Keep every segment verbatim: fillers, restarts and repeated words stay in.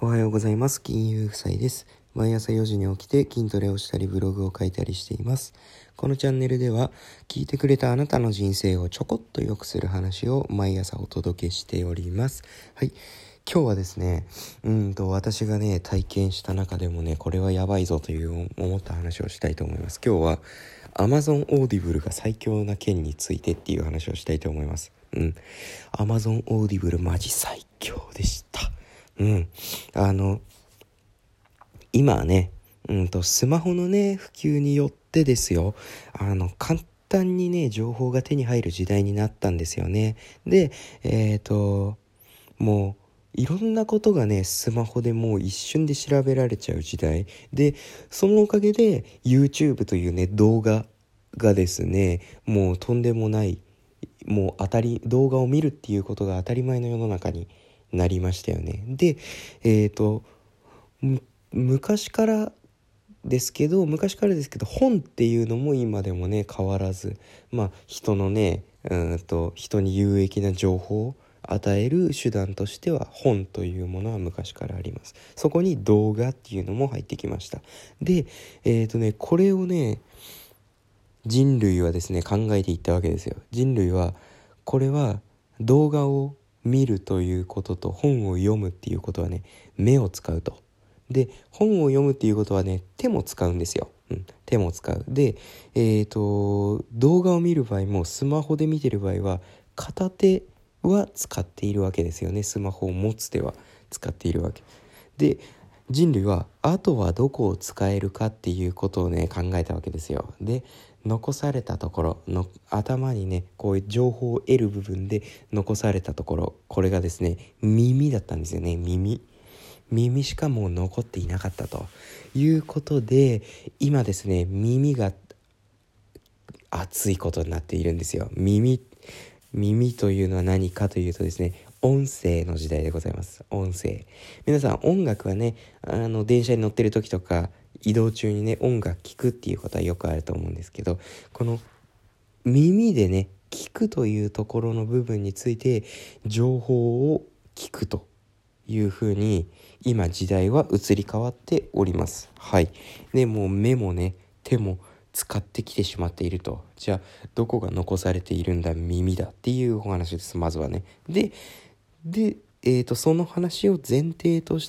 おはようございます。金融夫妻です。毎朝よじに起きて筋トレをしたりブログを書いたりしています。このチャンネルでは聞いてくれたあなたの人生をちょこっと良くする話を毎朝お届けしております。はい。今日はですね、うんと私がね体験した中でもねこれはやばいぞという思った話をしたいと思います。今日は Amazon Audible が最強な件についてっていう話をしたいと思います。うん。Amazon Audible マジ最強でした。うん。あの今はね、うんとスマホのね普及によってですよ、あの簡単にね情報が手に入る時代になったんですよね。で、えっともういろんなことがねスマホでもう一瞬で調べられちゃう時代で、そのおかげで YouTube というね動画がですねもうとんでもない、もう当たり動画を見るっていうことが当たり前の世の中になりましたよね。で、えっとむ昔からですけど昔からですけど本っていうのも今でもね変わらず、まあ人のねうんと人に有益な情報を与える手段としては本というものは昔からあります。そこに動画っていうのも入ってきました。で、えっとねこれをね人類はですね考えていったわけですよ。人類はこれは動画を見るということと本を読むっていうことはね目を使うと。で本を読むっていうことはね手も使うんですよ。うん、手も使う。でえっと動画を見る場合もスマホで見てる場合は片手は使っているわけですよね。スマホを持つ手は使っているわけで、人類はあとはどこを使えるかっていうことをね考えたわけですよ。で残されたところの頭にねこういう情報を得る部分で残されたところ、これがですね耳だったんですよね。耳耳しかもう残っていなかったということで、今ですね耳が熱いことになっているんですよ。耳耳というのは何かというとですね、音声の時代でございます。音声。皆さん音楽はね、あの電車に乗ってる時とか移動中にね音楽聴くっていうことはよくあると思うんですけど、この耳でね聞くというところの部分について情報を聞くというふうに今時代は移り変わっております。はい。でもう目もね手も使ってきてしまっていると。じゃあどこが残されているんだ、耳だっていうお話です。まずはね。ででえーとその話を前提として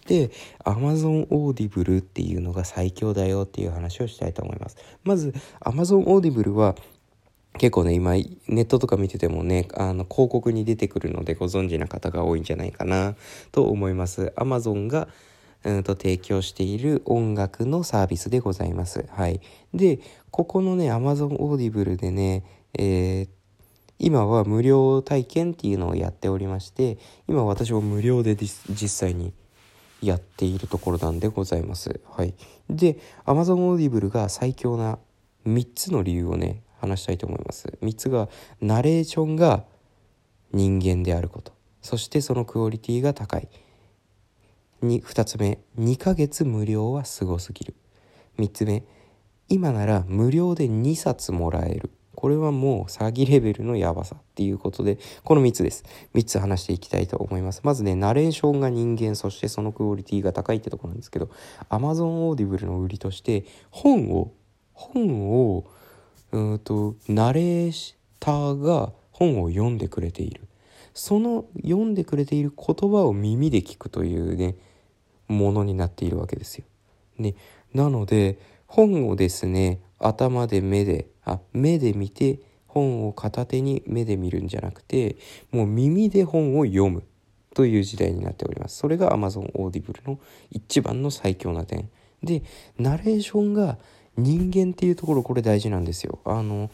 Amazon Audible っていうのが最強だよっていう話をしたいと思います。まず Amazon Audible は結構ね今ネットとか見ててもねあの広告に出てくるのでご存知な方が多いんじゃないかなと思います。 Amazon がうんと提供している音楽のサービスでございます。はい。でここのね Amazon Audible でね、えー、今は無料体験っていうのをやっておりまして、今私も無料で実際にやっているところなんでございます。はい。で Amazon Audible が最強なみっつの理由をね話したいと思います。みっつがナレーションが人間であること、そしてそのクオリティが高い。にふたつめ、にかげつ無料はすごすぎる。みっつめ、今なら無料でにさつもらえる。これはもう詐欺レベルのやばさっていうことで、このみっつです。みっつ話していきたいと思います。まずね、ナレーションが人間、そしてそのクオリティが高いってところなんですけど、 Amazon Audible の売りとして本を本をうんとナレーターが本を読んでくれている。その読んでくれている言葉を耳で聞くというねものになっているわけですよ。ね、なので本をですね頭で目であ目で見て本を片手に目で見るんじゃなくて、もう耳で本を読むという時代になっております。それが Amazon Audible の一番の最強な点で、ナレーションが人間っていうところ、これ大事なんですよ。あの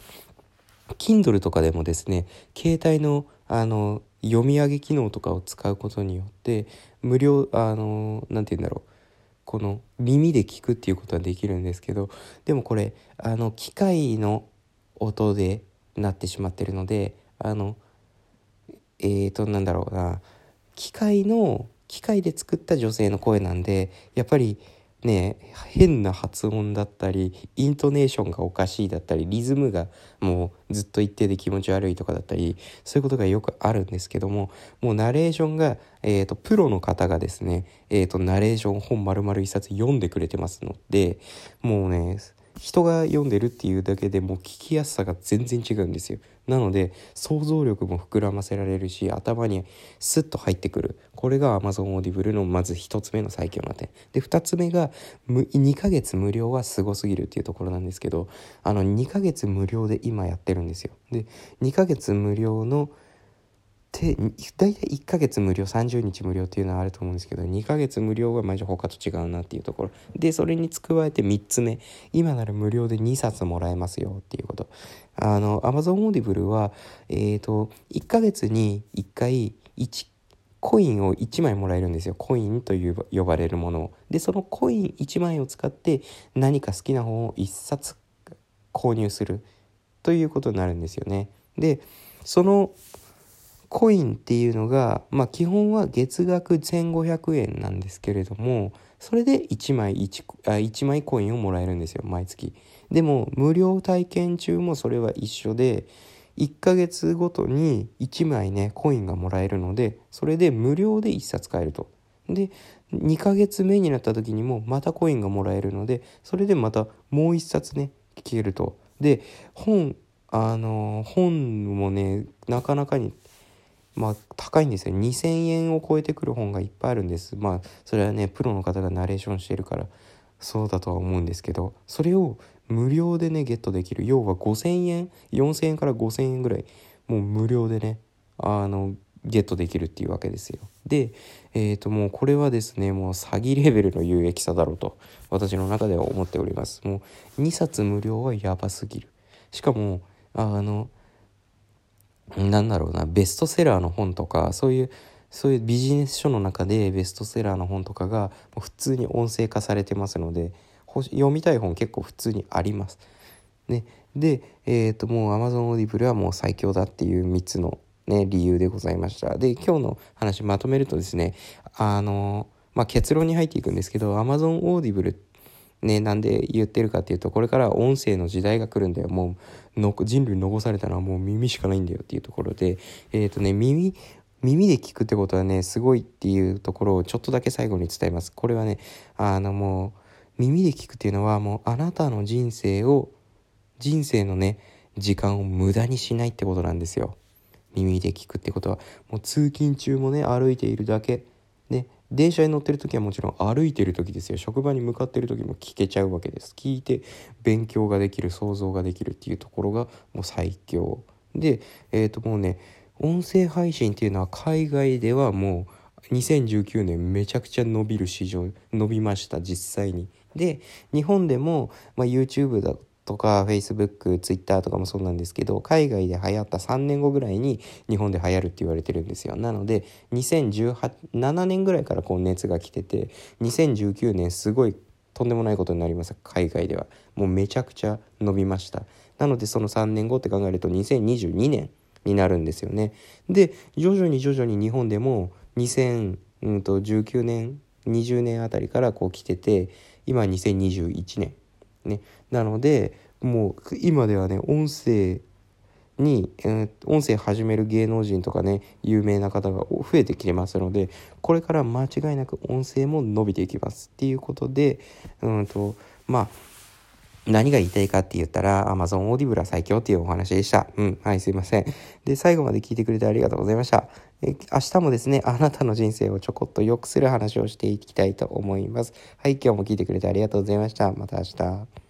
Kindle とかでもですね携帯のあの読み上げ機能とかを使うことによって無料あのなんて言うんだろう、この耳で聞くっていうことはできるんですけど、でもこれあの機械の音でなってしまってるので、あのえーとなんだろうな機械の機械で作った女性の声なんで、やっぱりね変な発音だったりイントネーションがおかしいだったりリズムがもうずっと一定で気持ち悪いとかだったりそういうことがよくあるんですけども、もうナレーションが、えーと、プロの方がですね、えーと、ナレーション本丸々一冊読んでくれてますので、もうね人が読んでるっていうだけでもう聞きやすさが全然違うんですよ。なので想像力も膨らませられるし頭にスッと入ってくる。これが Amazon Audible のまず一つ目の最強な点で、二つ目がにかげつ無料はすごすぎるっていうところなんですけど、あのにかげつ無料で今やってるんですよ。でにかげつ無料ので大体いっかげつ無料さんじゅうにち無料っていうのはあると思うんですけど、にかげつ無料はマジ他と違うなっていうところで、それに加えてみっつめ、今なら無料でにさつもらえますよっていうこと。あの Amazon Audible はえーといっかげつにいっかいいちコインをいちまいもらえるんですよ。コインという呼ばれるものを。でそのコインいちまいを使って何か好きな本をいっさつ購入するということになるんですよね。でそのコインっていうのが、まあ基本は月額せんごひゃくえんなんですけれども、それでいちまい 1, あいちまいコインをもらえるんですよ、毎月。でも無料体験中もそれは一緒で、いっかげつごとにいちまいねコインがもらえるので、それで無料でいっさつ買えると。でにかげつめになった時にもまたコインがもらえるので、それでまたもういっさつね聞けると。で本あの本もねなかなかにまあ高いんですよ。にせんえんを超えてくる本がいっぱいあるんです。まあそれはねプロの方がナレーションしてるからそうだとは思うんですけど、それを無料でねゲットできる。要はごせんえんよんせんえんからごせんえんぐらいもう無料でねあのゲットできるっていうわけですよ。でえーともうこれはですねもう詐欺レベルの有益さだろうと私の中では思っております。もうにさつ無料はやばすぎる。しかもあのなんだろうなベストセラーの本とかそういうそういうビジネス書の中でベストセラーの本とかが普通に音声化されてますので、読みたい本結構普通にあります。ね、で、えーと、もう Amazon Audible はもう最強だっていうみっつの、ね、理由でございました。で今日の話まとめるとですね、あの、まあ、結論に入っていくんですけど Amazon Audibleね、なんで言ってるかっていうと、これから音声の時代が来るんだよ。もうの人類残されたのはもう耳しかないんだよっていうところで、えっとね耳耳で聞くってことはねすごいっていうところをちょっとだけ最後に伝えます。これはねあのもう耳で聞くっていうのはもうあなたの人生を人生のね時間を無駄にしないってことなんですよ。耳で聞くってことはもう通勤中もね歩いているだけね、電車に乗ってる時はもちろん歩いてる時ですよ。職場に向かってる時も聞けちゃうわけです。聞いて勉強ができる想像ができるっていうところがもう最強で、えーともうね音声配信っていうのは海外ではもうにせんじゅうきゅうねんめちゃくちゃ伸びる市場伸びました実際に。で日本でも、まあ、YouTube だとか Facebook、Twitter とかもそうなんですけど、海外で流行ったさんねんごぐらいに日本で流行るって言われてるんですよ。なのでにせんじゅうななねんぐらいからこう熱が来てて、にせんじゅうきゅうねんすごいとんでもないことになります。海外ではもうめちゃくちゃ伸びました。なのでそのさんねんごって考えるとにせんにじゅうにねんになるんですよね。で徐々に徐々に日本でもにせんじゅうきゅうねんにじゅうねんあたりからこう来てて、今にせんにじゅういちねんね。なのでもう今ではね音声に、えー、音声始める芸能人とかね有名な方が増えてきてますので、これから間違いなく音声も伸びていきますっていうことで、うんとまあ何が言いたいかって言ったら Amazon Audible は最強っていうお話でした。うん、はいすいません。で最後まで聞いてくれてありがとうございました。え明日もですねあなたの人生をちょこっと良くする話をしていきたいと思います。はい、今日も聞いてくれてありがとうございました。また明日。